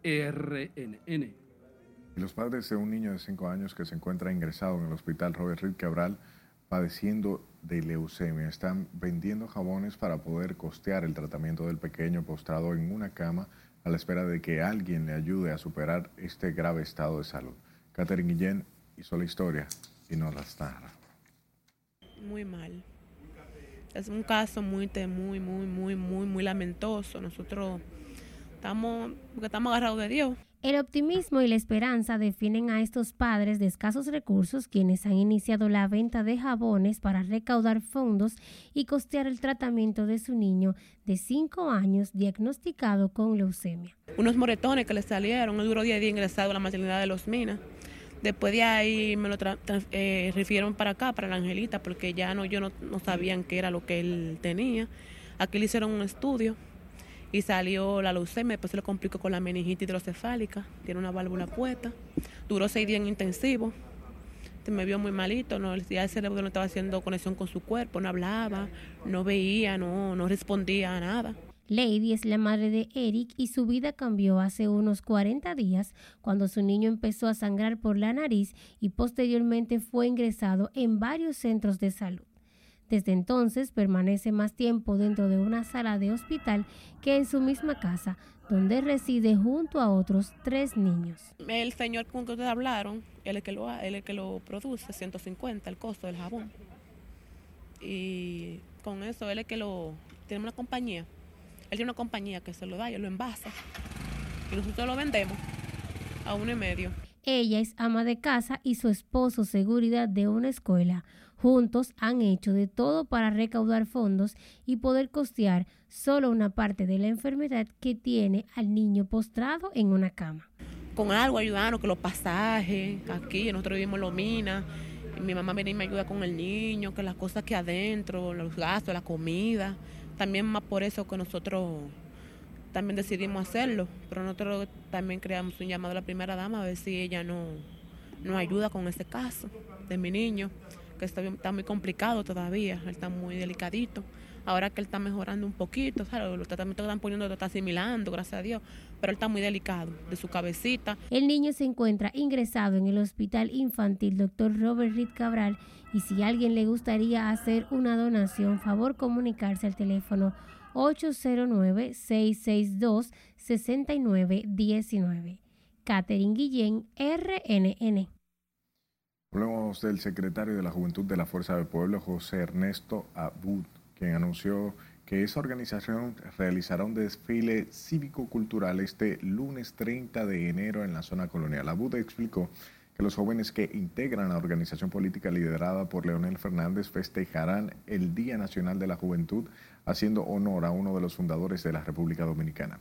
RNN. Los padres de un niño de 5 años que se encuentra ingresado en el hospital Robert Reed Cabral padeciendo de leucemia. Están vendiendo jabones para poder costear el tratamiento del pequeño postrado en una cama a la espera de que alguien le ayude a superar este grave estado de salud. Catherine Guillén hizo la historia y nos las narra. Muy mal. Es un caso muy lamentoso. Nosotros estamos agarrados de Dios. El optimismo y la esperanza definen a estos padres de escasos recursos quienes han iniciado la venta de jabones para recaudar fondos y costear el tratamiento de su niño de 5 años diagnosticado con leucemia. Unos moretones que le salieron, él duró 10 días ingresado a la maternidad de Los Minas. Después de ahí me lo refirieron para acá, para la Angelita, porque ya no sabían qué era lo que él tenía. Aquí le hicieron un estudio y salió la leucemia, después se le complicó con la meningitis hidrocefálica, tiene una válvula puesta, duró 6 días en intensivo, me vio muy malito, ya el cerebro no estaba haciendo conexión con su cuerpo, no hablaba, no veía, no respondía a nada. Lady es la madre de Eric y su vida cambió hace unos 40 días cuando su niño empezó a sangrar por la nariz y posteriormente fue ingresado en varios centros de salud. Desde entonces permanece más tiempo dentro de una sala de hospital que en su misma casa, donde reside junto a otros 3 niños. El señor con que ustedes hablaron, él es el que lo produce, 150 el costo del jabón. Y con eso él es que tiene una compañía. Él tiene una compañía que se lo da y él lo envasa. Y nosotros lo vendemos a $1.50. Ella es ama de casa y su esposo seguridad de una escuela. Juntos han hecho de todo para recaudar fondos y poder costear solo una parte de la enfermedad que tiene al niño postrado en una cama. Con algo ayudarnos, que los pasajes, aquí nosotros vivimos en Los Minas, y mi mamá viene y me ayuda con el niño, que las cosas que adentro, los gastos, la comida. También más por eso que nosotros también decidimos hacerlo, pero nosotros también creamos un llamado a la primera dama a ver si ella nos ayuda con ese caso de mi niño, que está muy complicado todavía, él está muy delicadito. Ahora que él está mejorando un poquito, ¿sabes? Los tratamientos que están poniendo lo está asimilando, gracias a Dios, pero él está muy delicado de su cabecita. El niño se encuentra ingresado en el Hospital Infantil Dr. Robert Reed Cabral y si a alguien le gustaría hacer una donación, favor comunicarse al teléfono 809-662-6919. Catherine Guillén, RNN. Hablamos del secretario de la Juventud de la Fuerza del Pueblo, José Ernesto Abud, quien anunció que esa organización realizará un desfile cívico-cultural este lunes 30 de enero en la zona colonial. Abud explicó que los jóvenes que integran la organización política liderada por Leonel Fernández festejarán el Día Nacional de la Juventud, haciendo honor a uno de los fundadores de la República Dominicana.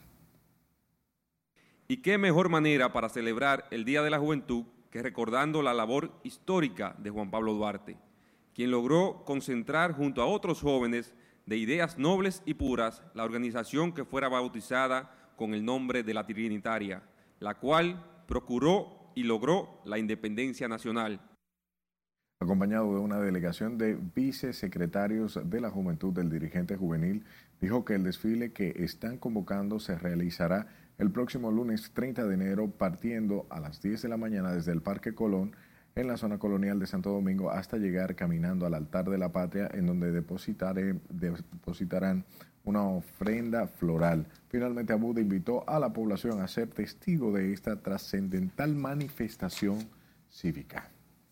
¿Y qué mejor manera para celebrar el Día de la Juventud que recordando la labor histórica de Juan Pablo Duarte, quien logró concentrar junto a otros jóvenes de ideas nobles y puras la organización que fuera bautizada con el nombre de la Trinitaria, la cual procuró y logró la independencia nacional. Acompañado de una delegación de vicesecretarios de la Juventud del dirigente juvenil, dijo que el desfile que están convocando se realizará el próximo lunes 30 de enero partiendo a las 10 de la mañana desde el Parque Colón en la zona colonial de Santo Domingo hasta llegar caminando al altar de la Patria en donde depositarán una ofrenda floral. Finalmente, Abud invitó a la población a ser testigo de esta trascendental manifestación cívica.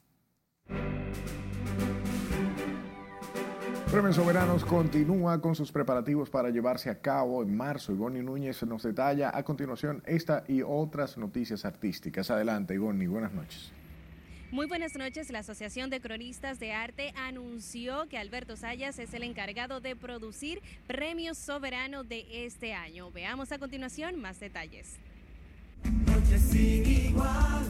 Premios Soberanos continúa con sus preparativos para llevarse a cabo en marzo. Ivonne Núñez nos detalla a continuación esta y otras noticias artísticas. Adelante, Ivonne, buenas noches. Muy buenas noches. La Asociación de Cronistas de Arte anunció que Alberto Sayas es el encargado de producir Premios Soberano de este año. Veamos a continuación más detalles. Noche sin igual.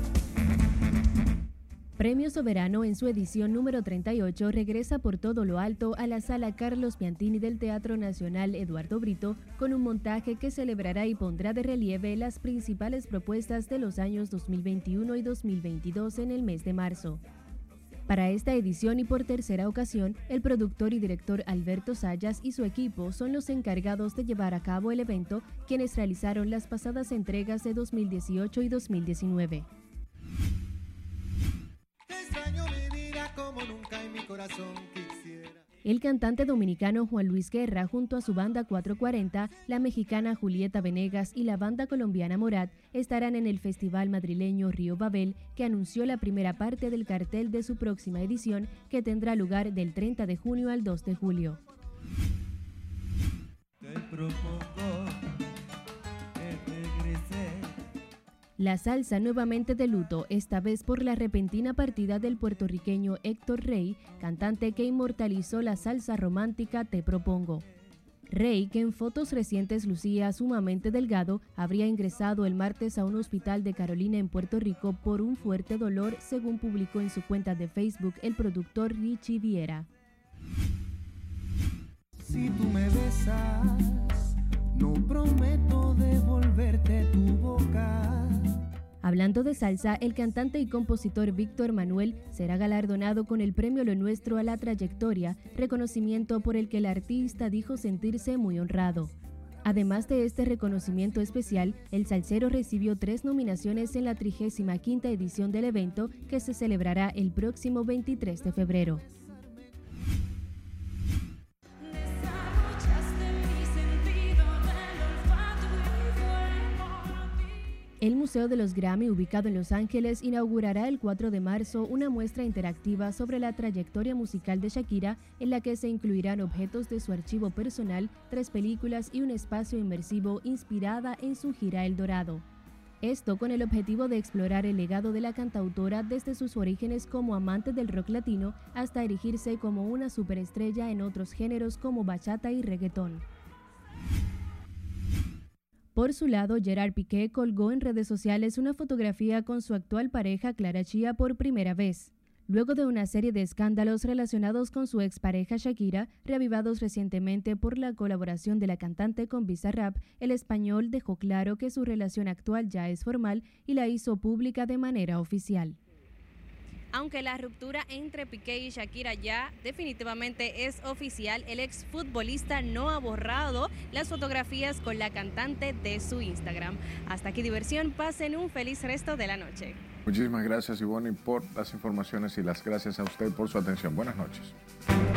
Premio Soberano en su edición número 38 regresa por todo lo alto a la Sala Carlos Piantini del Teatro Nacional Eduardo Brito con un montaje que celebrará y pondrá de relieve las principales propuestas de los años 2021 y 2022 en el mes de marzo. Para esta edición y por tercera ocasión, el productor y director Alberto Sayas y su equipo son los encargados de llevar a cabo el evento, quienes realizaron las pasadas entregas de 2018 y 2019. corazón quisiera. El cantante dominicano Juan Luis Guerra, junto a su banda 440, la mexicana Julieta Venegas y la banda colombiana Morat, estarán en el festival madrileño Río Babel, que anunció la primera parte del cartel de su próxima edición, que tendrá lugar del 30 de junio al 2 de julio. Te propongo que regrese. La salsa nuevamente de luto, esta vez por la repentina partida del puertorriqueño Héctor Rey, cantante que inmortalizó la salsa romántica Te Propongo. Rey, que en fotos recientes lucía sumamente delgado, habría ingresado el martes a un hospital de Carolina en Puerto Rico por un fuerte dolor, según publicó en su cuenta de Facebook el productor Richie Viera. Si tú me besas, no prometo devolverte tu boca. Hablando de salsa, el cantante y compositor Víctor Manuel será galardonado con el premio Lo Nuestro a la Trayectoria, reconocimiento por el que el artista dijo sentirse muy honrado. Además de este reconocimiento especial, el salsero recibió 3 nominaciones en la 35ª edición del evento, que se celebrará el próximo 23 de febrero. El Museo de los Grammy, ubicado en Los Ángeles, inaugurará el 4 de marzo una muestra interactiva sobre la trayectoria musical de Shakira, en la que se incluirán objetos de su archivo personal, 3 películas y un espacio inmersivo inspirada en su gira El Dorado. Esto con el objetivo de explorar el legado de la cantautora desde sus orígenes como amante del rock latino hasta erigirse como una superestrella en otros géneros como bachata y reggaetón. Por su lado, Gerard Piqué colgó en redes sociales una fotografía con su actual pareja Clara Chía por primera vez. Luego de una serie de escándalos relacionados con su expareja Shakira, reavivados recientemente por la colaboración de la cantante con Bizarrap, el español dejó claro que su relación actual ya es formal y la hizo pública de manera oficial. Aunque la ruptura entre Piqué y Shakira ya definitivamente es oficial, el exfutbolista no ha borrado las fotografías con la cantante de su Instagram. Hasta aquí diversión, pasen un feliz resto de la noche. Muchísimas gracias, Ivonne, por las informaciones y las gracias a usted por su atención. Buenas noches.